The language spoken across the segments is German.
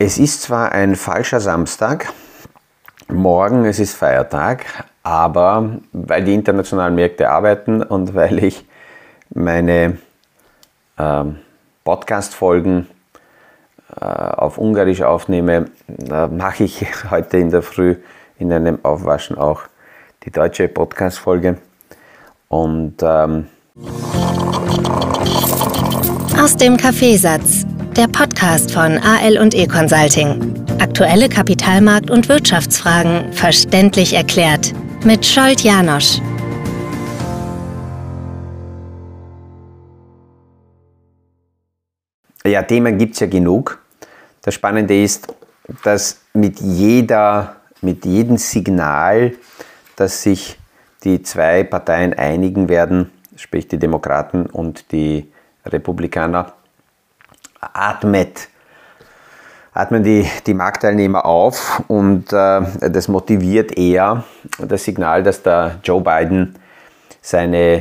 Es ist zwar ein falscher Samstag, morgen es ist Feiertag, aber weil die internationalen Märkte arbeiten und weil ich meine Podcast-Folgen auf Ungarisch aufnehme, mache ich heute in der Früh in einem Aufwaschen auch die deutsche Podcast-Folge. Und Aus dem Kaffeesatz, der Podcast von AL&E Consulting. Aktuelle Kapitalmarkt- und Wirtschaftsfragen verständlich erklärt mit Scholt Janosch. ja, Themen gibt es ja genug. Das Spannende ist, dass mit jedem Signal, dass sich die zwei Parteien einigen werden, sprich die Demokraten und die Republikaner, atmen die Marktteilnehmer auf und das motiviert eher das Signal, dass der Joe Biden seine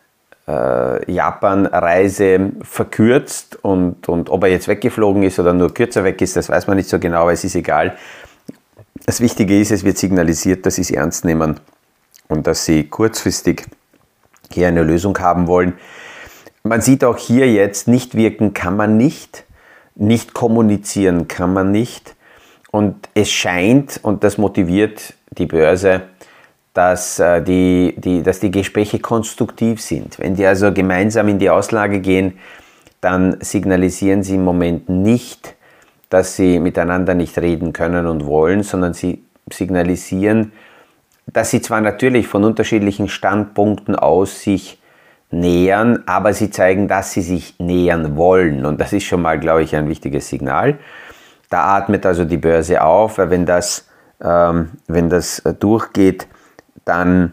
Japan-Reise verkürzt und ob er jetzt weggeflogen ist oder nur kürzer weg ist, das weiß man nicht so genau, aber es ist egal. Das Wichtige ist, es wird signalisiert, dass sie es ernst nehmen und dass sie kurzfristig hier eine Lösung haben wollen. Man sieht auch hier jetzt, nicht wirken kann man nicht kommunizieren kann man nicht und es scheint, und das motiviert die Börse, dass die Gespräche konstruktiv sind. Wenn die also gemeinsam in die Auslage gehen, dann signalisieren sie im Moment nicht, dass sie miteinander nicht reden können und wollen, sondern sie signalisieren, dass sie zwar natürlich von unterschiedlichen Standpunkten aus sich nähern, aber sie zeigen, dass sie sich nähern wollen. Und das ist schon mal, glaube ich, ein wichtiges Signal. Da atmet also die Börse auf, weil wenn das durchgeht, dann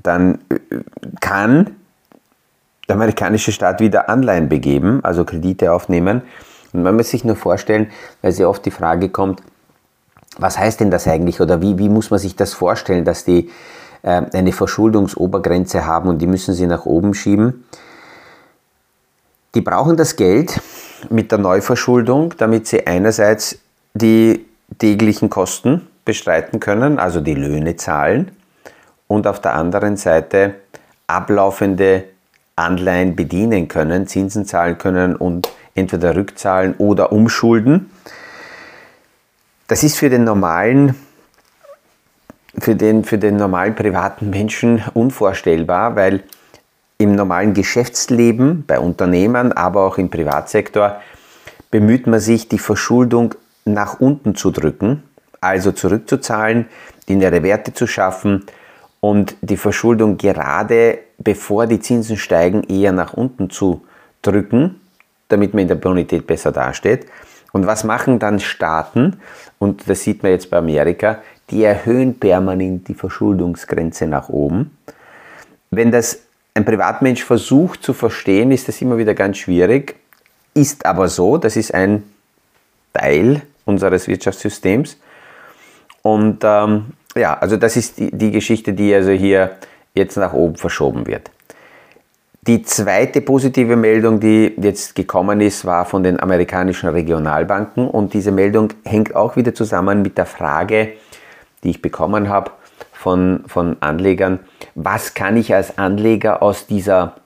kann der amerikanische Staat wieder Anleihen begeben, also Kredite aufnehmen. Und man muss sich nur vorstellen, weil sehr oft die Frage kommt, was heißt denn das eigentlich oder wie muss man sich das vorstellen, dass die eine Verschuldungsobergrenze haben und die müssen sie nach oben schieben. Die brauchen das Geld mit der Neuverschuldung, damit sie einerseits die täglichen Kosten bestreiten können, also die Löhne zahlen, und auf der anderen Seite ablaufende Anleihen bedienen können, Zinsen zahlen können und entweder rückzahlen oder umschulden. Das ist für den normalen privaten Menschen unvorstellbar, weil im normalen Geschäftsleben, bei Unternehmen, aber auch im Privatsektor, bemüht man sich, die Verschuldung nach unten zu drücken, also zurückzuzahlen, innere Werte zu schaffen und die Verschuldung gerade bevor die Zinsen steigen eher nach unten zu drücken, damit man in der Bonität besser dasteht. Und was machen dann Staaten? Und das sieht man jetzt bei Amerika, die erhöhen permanent die Verschuldungsgrenze nach oben. Wenn das ein Privatmensch versucht zu verstehen, ist das immer wieder ganz schwierig. Ist aber so, das ist ein Teil unseres Wirtschaftssystems. Und also das ist die Geschichte, die also hier jetzt nach oben verschoben wird. Die zweite positive Meldung, die jetzt gekommen ist, war von den amerikanischen Regionalbanken. Und diese Meldung hängt auch wieder zusammen mit der Frage, die ich bekommen habe von Anlegern. Was kann ich als Anleger aus dieser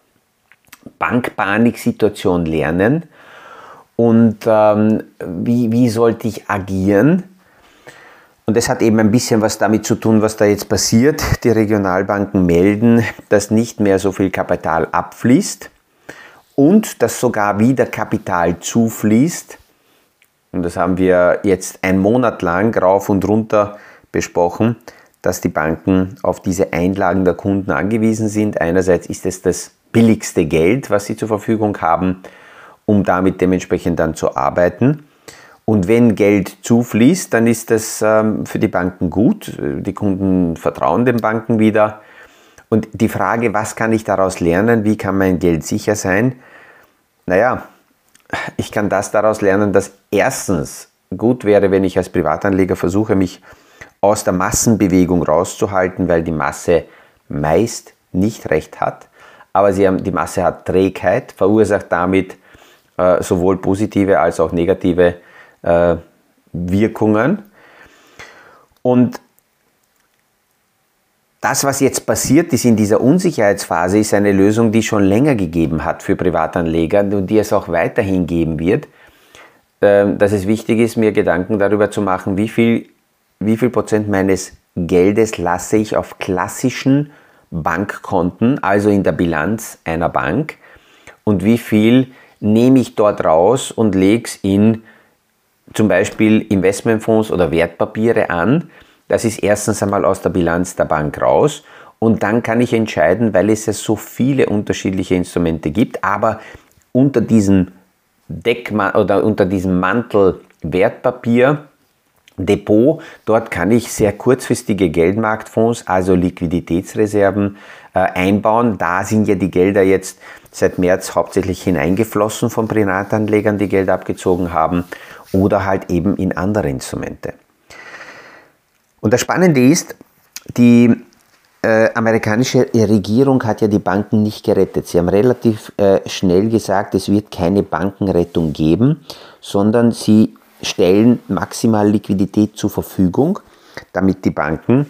Bankpanik-Situation lernen? Und wie sollte ich agieren? Und das hat eben ein bisschen was damit zu tun, was da jetzt passiert. Die Regionalbanken melden, dass nicht mehr so viel Kapital abfließt und dass sogar wieder Kapital zufließt. Und das haben wir jetzt einen Monat lang rauf und runter besprochen, dass die Banken auf diese Einlagen der Kunden angewiesen sind. Einerseits ist es das billigste Geld, was sie zur Verfügung haben, um damit dementsprechend dann zu arbeiten. Und wenn Geld zufließt, dann ist das für die Banken gut. Die Kunden vertrauen den Banken wieder. Und die Frage, was kann ich daraus lernen? Wie kann mein Geld sicher sein? Naja, ich kann das daraus lernen, dass erstens gut wäre, wenn ich als Privatanleger versuche, mich aus der Massenbewegung rauszuhalten, weil die Masse meist nicht recht hat. Aber die Masse hat Trägheit, verursacht damit sowohl positive als auch negative Wirkungen. Und das, was jetzt passiert ist in dieser Unsicherheitsphase, ist eine Lösung, die es schon länger gegeben hat für Privatanleger und die es auch weiterhin geben wird, dass es wichtig ist, mir Gedanken darüber zu machen, wie viel Prozent meines Geldes lasse ich auf klassischen Bankkonten, also in der Bilanz einer Bank, und wie viel nehme ich dort raus und lege es in zum Beispiel Investmentfonds oder Wertpapiere an. Das ist erstens einmal aus der Bilanz der Bank raus und dann kann ich entscheiden, weil es ja so viele unterschiedliche Instrumente gibt, aber unter diesem unter diesem Mantel Wertpapier Depot, dort kann ich sehr kurzfristige Geldmarktfonds, also Liquiditätsreserven einbauen. Da sind ja die Gelder jetzt seit März hauptsächlich hineingeflossen von Privatanlegern, die Geld abgezogen haben, oder halt eben in andere Instrumente. Und das Spannende ist, die amerikanische Regierung hat ja die Banken nicht gerettet. Sie haben relativ schnell gesagt, es wird keine Bankenrettung geben, sondern sie stellen maximal Liquidität zur Verfügung, damit die Banken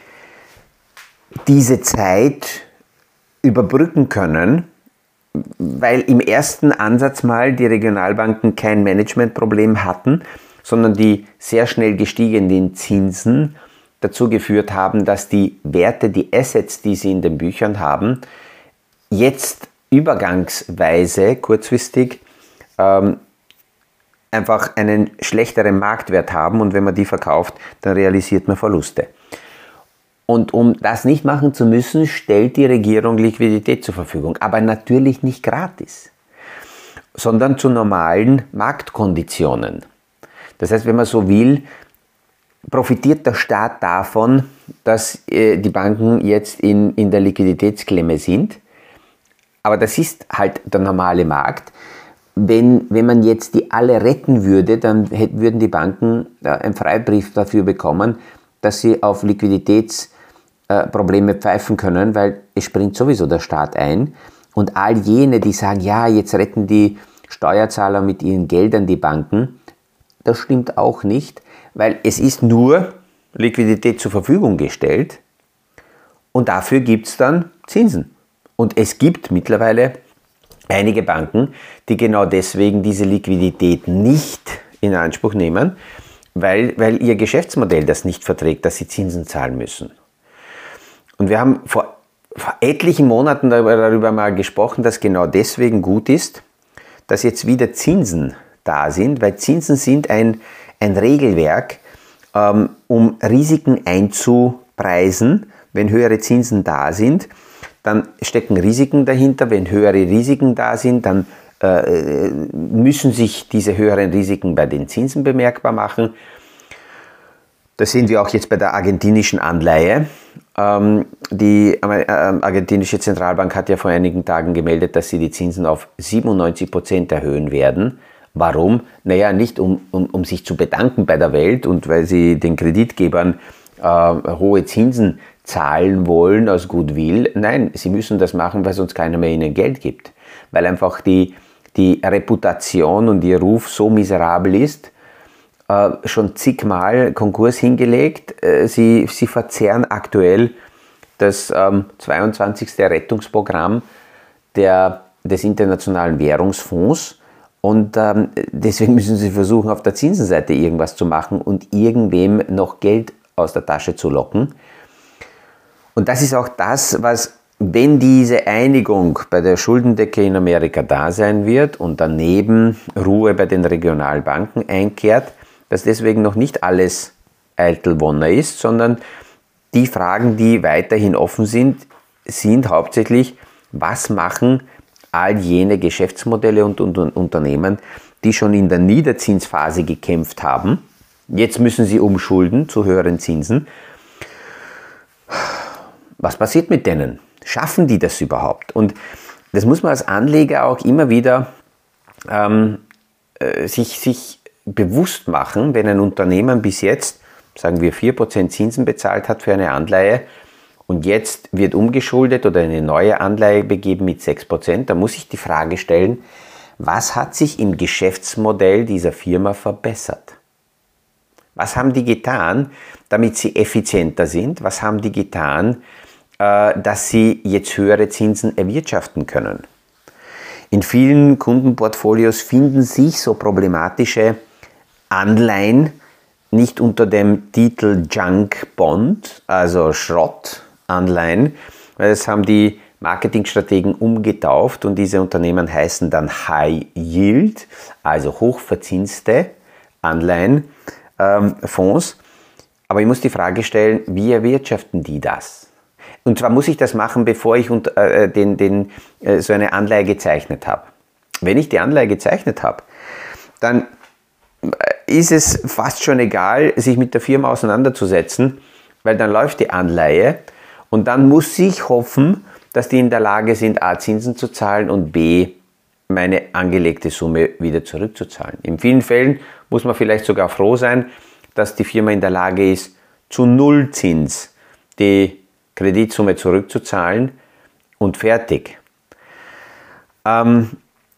diese Zeit überbrücken können, weil im ersten Ansatz mal die Regionalbanken kein Managementproblem hatten, sondern die sehr schnell gestiegenen Zinsen dazu geführt haben, dass die Werte, die Assets, die sie in den Büchern haben, jetzt übergangsweise kurzfristig einfach einen schlechteren Marktwert haben und wenn man die verkauft, dann realisiert man Verluste. Und um das nicht machen zu müssen, stellt die Regierung Liquidität zur Verfügung. Aber natürlich nicht gratis, sondern zu normalen Marktkonditionen. Das heißt, wenn man so will, profitiert der Staat davon, dass die Banken jetzt in der Liquiditätsklemme sind. Aber das ist halt der normale Markt. Wenn man jetzt die alle retten würde, dann würden die Banken einen Freibrief dafür bekommen, dass sie auf Liquiditätsprobleme pfeifen können, weil es springt sowieso der Staat ein. Und all jene, die sagen, ja, jetzt retten die Steuerzahler mit ihren Geldern die Banken, das stimmt auch nicht, weil es ist nur Liquidität zur Verfügung gestellt und dafür gibt es dann Zinsen. Und es gibt mittlerweile einige Banken, die genau deswegen diese Liquidität nicht in Anspruch nehmen, weil ihr Geschäftsmodell das nicht verträgt, dass sie Zinsen zahlen müssen. Und wir haben vor etlichen Monaten darüber mal gesprochen, dass genau deswegen gut ist, dass jetzt wieder Zinsen da sind, weil Zinsen sind ein Regelwerk, um Risiken einzupreisen. Wenn höhere Zinsen da sind, dann stecken Risiken dahinter. Wenn höhere Risiken da sind, dann müssen sich diese höheren Risiken bei den Zinsen bemerkbar machen. Das sehen wir auch jetzt bei der argentinischen Anleihe. Die argentinische Zentralbank hat ja vor einigen Tagen gemeldet, dass sie die Zinsen auf 97% erhöhen werden. Warum? Naja, nicht um sich zu bedanken bei der Welt und weil sie den Kreditgebern hohe Zinsen zahlen wollen aus Goodwill. Nein, sie müssen das machen, weil sonst keiner mehr ihnen Geld gibt. Weil einfach die Reputation und ihr Ruf so miserabel ist, schon zigmal Konkurs hingelegt. Sie verzehren aktuell das 22. Rettungsprogramm des Internationalen Währungsfonds. Und deswegen müssen sie versuchen, auf der Zinsenseite irgendwas zu machen und irgendwem noch Geld aus der Tasche zu locken. Und das ist auch das, was, wenn diese Einigung bei der Schuldendecke in Amerika da sein wird und daneben Ruhe bei den Regionalbanken einkehrt, dass deswegen noch nicht alles eitel Wonne ist, sondern die Fragen, die weiterhin offen sind, sind hauptsächlich, was machen all jene Geschäftsmodelle und Unternehmen, die schon in der Niederzinsphase gekämpft haben. Jetzt müssen sie umschulden zu höheren Zinsen. Was passiert mit denen? Schaffen die das überhaupt? Und das muss man als Anleger auch immer wieder sich bewusst machen, wenn ein Unternehmen bis jetzt, sagen wir 4% Zinsen bezahlt hat für eine Anleihe, und jetzt wird umgeschuldet oder eine neue Anleihe begeben mit 6%, da muss ich die Frage stellen, was hat sich im Geschäftsmodell dieser Firma verbessert? Was haben die getan, damit sie effizienter sind? Was haben die getan, dass sie jetzt höhere Zinsen erwirtschaften können? In vielen Kundenportfolios finden sich so problematische Anleihen nicht unter dem Titel Junk Bond, also Schrottanleihen, weil das haben die Marketingstrategen umgetauft und diese Unternehmen heißen dann High Yield, also hochverzinste Anleihen, Fonds. Aber ich muss die Frage stellen, wie erwirtschaften die das? Und zwar muss ich das machen, bevor ich so eine Anleihe gezeichnet habe. Wenn ich die Anleihe gezeichnet habe, dann ist es fast schon egal, sich mit der Firma auseinanderzusetzen, weil dann läuft die Anleihe und dann muss ich hoffen, dass die in der Lage sind, A, Zinsen zu zahlen und B, meine angelegte Summe wieder zurückzuzahlen. In vielen Fällen muss man vielleicht sogar froh sein, dass die Firma in der Lage ist, zu Nullzins die Kreditsumme zurückzuzahlen und fertig. Wenn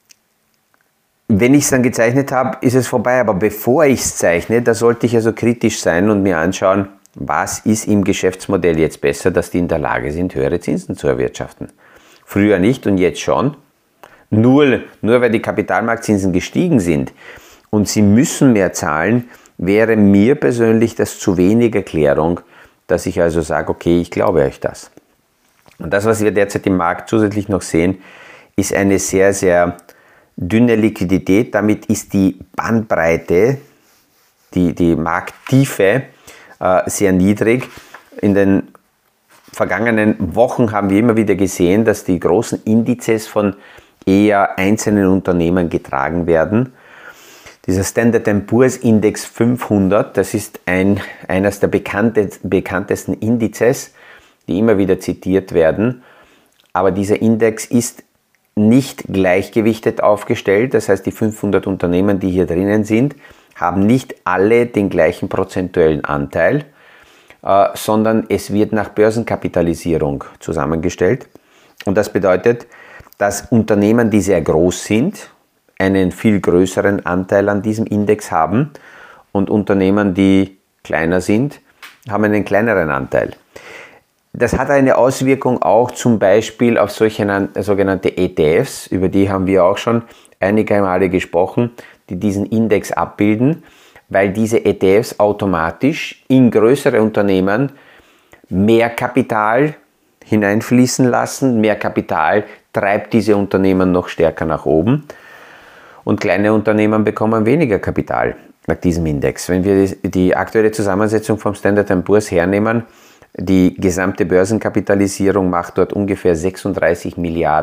ich es dann gezeichnet habe, ist es vorbei. Aber bevor ich es zeichne, da sollte ich also kritisch sein und mir anschauen, was ist im Geschäftsmodell jetzt besser, dass die in der Lage sind, höhere Zinsen zu erwirtschaften. Früher nicht und jetzt schon. Nur weil die Kapitalmarktzinsen gestiegen sind und sie müssen mehr zahlen, wäre mir persönlich das zu wenig Erklärung, dass ich also sage, okay, ich glaube euch das. Und das, was wir derzeit im Markt zusätzlich noch sehen, ist eine sehr, sehr dünne Liquidität. Damit ist die Bandbreite, die Markttiefe sehr niedrig. In den vergangenen Wochen haben wir immer wieder gesehen, dass die großen Indizes von eher einzelnen Unternehmen getragen werden. Dieser Standard & Poor's Index 500, das ist eines der bekanntesten Indizes, die immer wieder zitiert werden. Aber dieser Index ist nicht gleichgewichtet aufgestellt. Das heißt, die 500 Unternehmen, die hier drinnen sind, haben nicht alle den gleichen prozentuellen Anteil, sondern es wird nach Börsenkapitalisierung zusammengestellt. Und das bedeutet, dass Unternehmen, die sehr groß sind, einen viel größeren Anteil an diesem Index haben und Unternehmen, die kleiner sind, haben einen kleineren Anteil. Das hat eine Auswirkung auch zum Beispiel auf sogenannte ETFs, über die haben wir auch schon einige Male gesprochen, die diesen Index abbilden, weil diese ETFs automatisch in größere Unternehmen mehr Kapital hineinfließen lassen. Mehr Kapital treibt diese Unternehmen noch stärker nach oben. Und kleine Unternehmen bekommen weniger Kapital nach diesem Index. Wenn wir die aktuelle Zusammensetzung vom Standard & Poor's hernehmen, die gesamte Börsenkapitalisierung macht dort ungefähr 36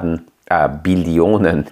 Billionen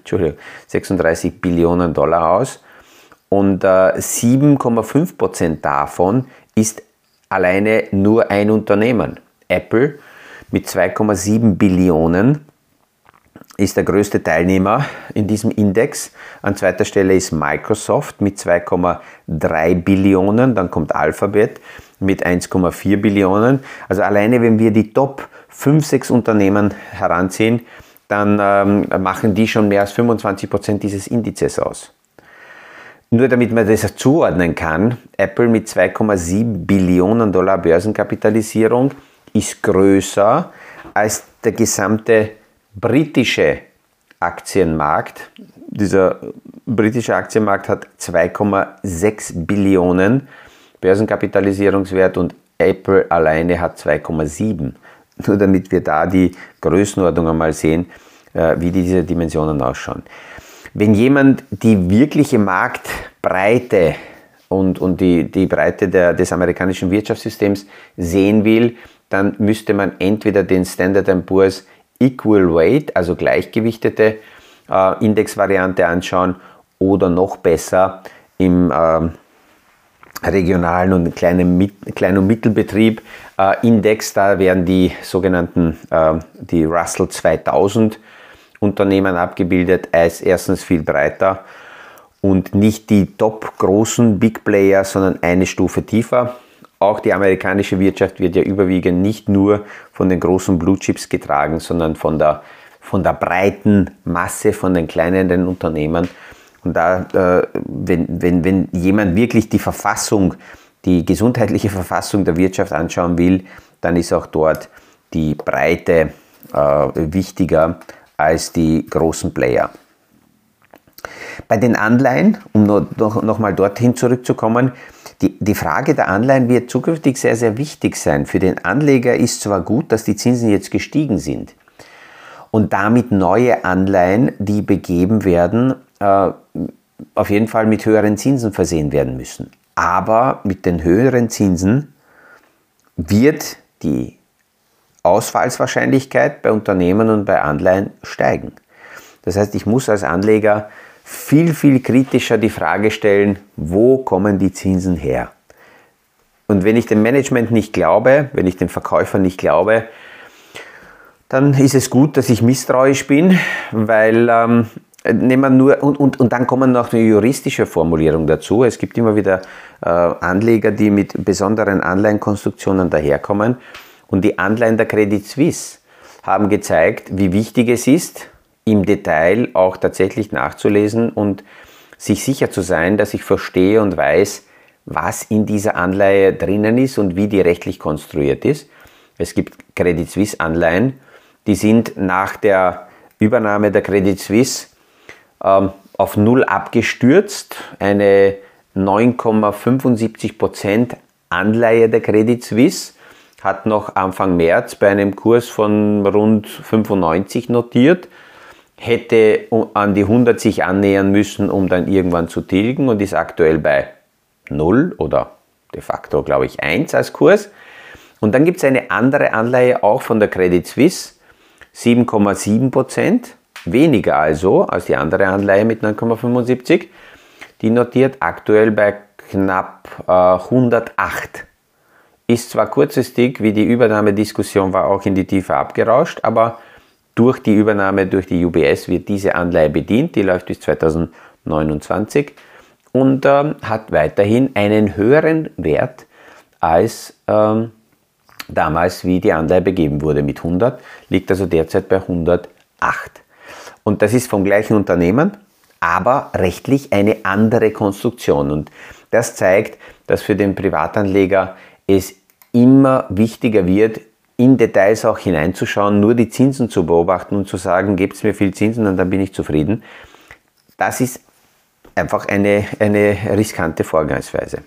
Dollar aus und 7,5% davon ist alleine nur ein Unternehmen. Apple mit 2,7 Billionen ist der größte Teilnehmer in diesem Index. An zweiter Stelle ist Microsoft mit 2,3 Billionen, dann kommt Alphabet mit 1,4 Billionen. Also alleine, wenn wir die Top 5, 6 Unternehmen heranziehen, dann machen die schon mehr als 25% dieses Indizes aus. Nur damit man das zuordnen kann, Apple mit 2,7 Billionen Dollar Börsenkapitalisierung ist größer als der gesamte britische Aktienmarkt. Dieser britische Aktienmarkt hat 2,6 Billionen Börsenkapitalisierungswert und Apple alleine hat 2,7. Nur damit wir da die Größenordnung einmal sehen, wie diese Dimensionen ausschauen. Wenn jemand die wirkliche Marktbreite und die Breite des amerikanischen Wirtschaftssystems sehen will, dann müsste man entweder den Standard & Poor's Equal Weight, also gleichgewichtete Indexvariante anschauen oder noch besser im regionalen und Klein- und Mittelbetrieb Index. Da werden die sogenannten die Russell 2000 Unternehmen abgebildet, als erstens viel breiter und nicht die top großen Big Player, sondern eine Stufe tiefer. Auch die amerikanische Wirtschaft wird ja überwiegend nicht nur von den großen Blue Chips getragen, sondern von der breiten Masse, von den kleineren Unternehmen. Und da, wenn jemand wirklich die Verfassung die gesundheitliche Verfassung der Wirtschaft anschauen will, dann ist auch dort die Breite wichtiger als die großen Player. Bei den Anleihen, um noch mal dorthin zurückzukommen, die Frage der Anleihen wird zukünftig sehr, sehr wichtig sein. Für den Anleger ist zwar gut, dass die Zinsen jetzt gestiegen sind und damit neue Anleihen, die begeben werden, auf jeden Fall mit höheren Zinsen versehen werden müssen. Aber mit den höheren Zinsen wird die Ausfallswahrscheinlichkeit bei Unternehmen und bei Anleihen steigen. Das heißt, ich muss als Anleger viel, viel kritischer die Frage stellen, wo kommen die Zinsen her? Und wenn ich dem Management nicht glaube, wenn ich dem Verkäufer nicht glaube, dann ist es gut, dass ich misstrauisch bin, weil nehmen wir nur, und dann kommen noch eine juristische Formulierung dazu. Es gibt immer wieder Anleger, die mit besonderen Anleihenkonstruktionen daherkommen. Und die Anleihen der Credit Suisse haben gezeigt, wie wichtig es ist, im Detail auch tatsächlich nachzulesen und sich sicher zu sein, dass ich verstehe und weiß, was in dieser Anleihe drinnen ist und wie die rechtlich konstruiert ist. Es gibt Credit Suisse Anleihen, die sind nach der Übernahme der Credit Suisse auf null abgestürzt. Eine 9,75% Anleihe der Credit Suisse hat noch Anfang März bei einem Kurs von rund 95 notiert, hätte an die 100 sich annähern müssen, um dann irgendwann zu tilgen und ist aktuell bei 0 oder de facto, glaube ich, 1 als Kurs. Und dann gibt es eine andere Anleihe auch von der Credit Suisse, 7,7%, weniger also als die andere Anleihe mit 9,75. Die notiert aktuell bei knapp 108. Ist zwar kurzfristig, wie die Übernahmediskussion war, auch in die Tiefe abgerauscht, aber durch die Übernahme durch die UBS wird diese Anleihe bedient, die läuft bis 2029 und hat weiterhin einen höheren Wert als damals, wie die Anleihe begeben wurde mit 100, liegt also derzeit bei 108. Und das ist vom gleichen Unternehmen, aber rechtlich eine andere Konstruktion. Und das zeigt, dass für den Privatanleger es immer wichtiger wird, in Details auch hineinzuschauen, nur die Zinsen zu beobachten und zu sagen, gebt mir viel Zinsen und dann bin ich zufrieden. Das ist einfach eine riskante Vorgangsweise.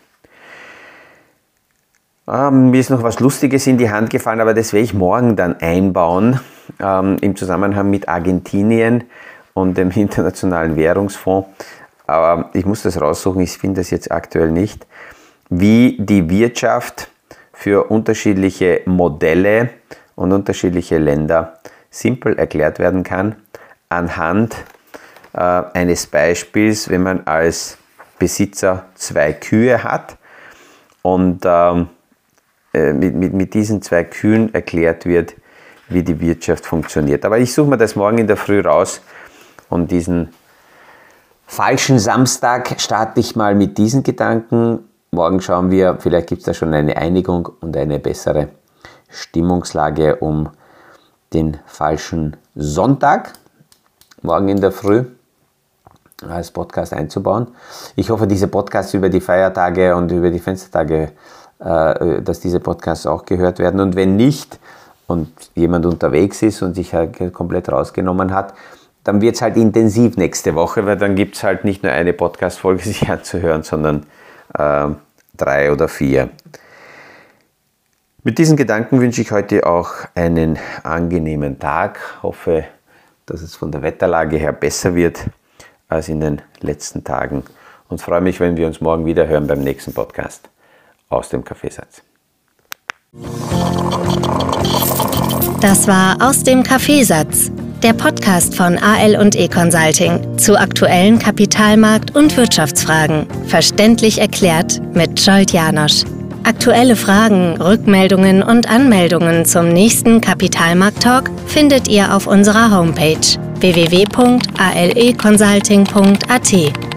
Mir ist noch was Lustiges in die Hand gefallen, aber das werde ich morgen dann einbauen, im Zusammenhang mit Argentinien und dem Internationalen Währungsfonds. Aber ich muss das raussuchen, ich finde das jetzt aktuell nicht, wie die Wirtschaft für unterschiedliche Modelle und unterschiedliche Länder simpel erklärt werden kann, anhand eines Beispiels, wenn man als Besitzer 2 Kühe hat und mit diesen 2 Kühen erklärt wird, wie die Wirtschaft funktioniert. Aber ich suche mir das morgen in der Früh raus und diesen falschen Samstag starte ich mal mit diesen Gedanken. Morgen schauen wir, vielleicht gibt es da schon eine Einigung und eine bessere Stimmungslage um den falschen Sonntag, morgen in der Früh, als Podcast einzubauen. Ich hoffe, diese Podcasts über die Feiertage und über die Fenstertage, dass diese Podcasts auch gehört werden. Und wenn nicht und jemand unterwegs ist und sich halt komplett rausgenommen hat, dann wird es halt intensiv nächste Woche, weil dann gibt es halt nicht nur eine Podcast-Folge sich anzuhören, sondern 3 oder 4. Mit diesen Gedanken wünsche ich heute auch einen angenehmen Tag. Hoffe, dass es von der Wetterlage her besser wird als in den letzten Tagen und freue mich, wenn wir uns morgen wieder hören beim nächsten Podcast aus dem Kaffeesatz. Das war Aus dem Kaffeesatz, der Podcast von AL&E Consulting zu aktuellen Kapitalmarkt- und Wirtschaftsfragen. Verständlich erklärt mit Scholt Janosch. Aktuelle Fragen, Rückmeldungen und Anmeldungen zum nächsten Kapitalmarkt-Talk findet ihr auf unserer Homepage www.aleconsulting.at.